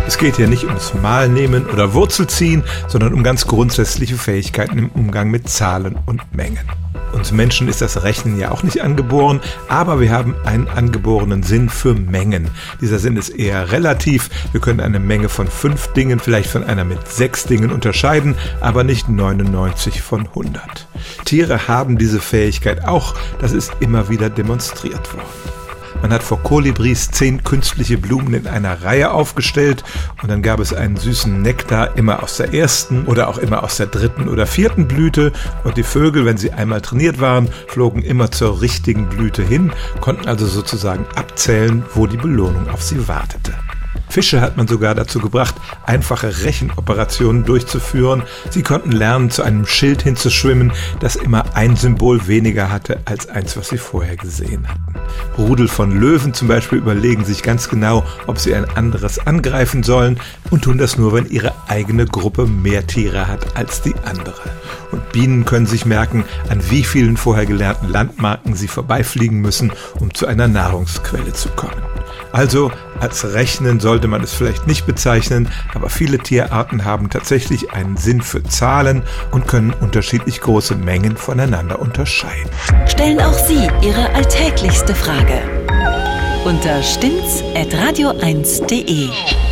Es geht hier nicht ums Malnehmen oder Wurzelziehen, sondern um ganz grundsätzliche Fähigkeiten im Umgang mit Zahlen und Mengen. Uns Menschen ist das Rechnen ja auch nicht angeboren, aber wir haben einen angeborenen Sinn für Mengen. Dieser Sinn ist eher relativ. Wir können eine Menge von 5 Dingen vielleicht von einer mit 6 Dingen unterscheiden, aber nicht 99 von 100. Tiere haben diese Fähigkeit auch. Das ist immer wieder demonstriert worden. Man hat vor Kolibris 10 künstliche Blumen in einer Reihe aufgestellt und dann gab es einen süßen Nektar immer aus der ersten oder auch immer aus der 3. oder 4. Blüte und die Vögel, wenn sie einmal trainiert waren, flogen immer zur richtigen Blüte hin, konnten also sozusagen abzählen, wo die Belohnung auf sie wartete. Fische hat man sogar dazu gebracht, einfache Rechenoperationen durchzuführen. Sie konnten lernen, zu einem Schild hinzuschwimmen, das immer ein Symbol weniger hatte als eins, was sie vorher gesehen hatten. Rudel von Löwen zum Beispiel überlegen sich ganz genau, ob sie ein anderes angreifen sollen und tun das nur, wenn ihre eigene Gruppe mehr Tiere hat als die andere. Und Bienen können sich merken, an wie vielen vorher gelernten Landmarken sie vorbeifliegen müssen, um zu einer Nahrungsquelle zu kommen. Also, als Rechnen sollte man es vielleicht nicht bezeichnen, aber viele Tierarten haben tatsächlich einen Sinn für Zahlen und können unterschiedlich große Mengen voneinander unterscheiden. Stellen auch Sie Ihre alltäglichste Frage unter stimmt's@radio1.de.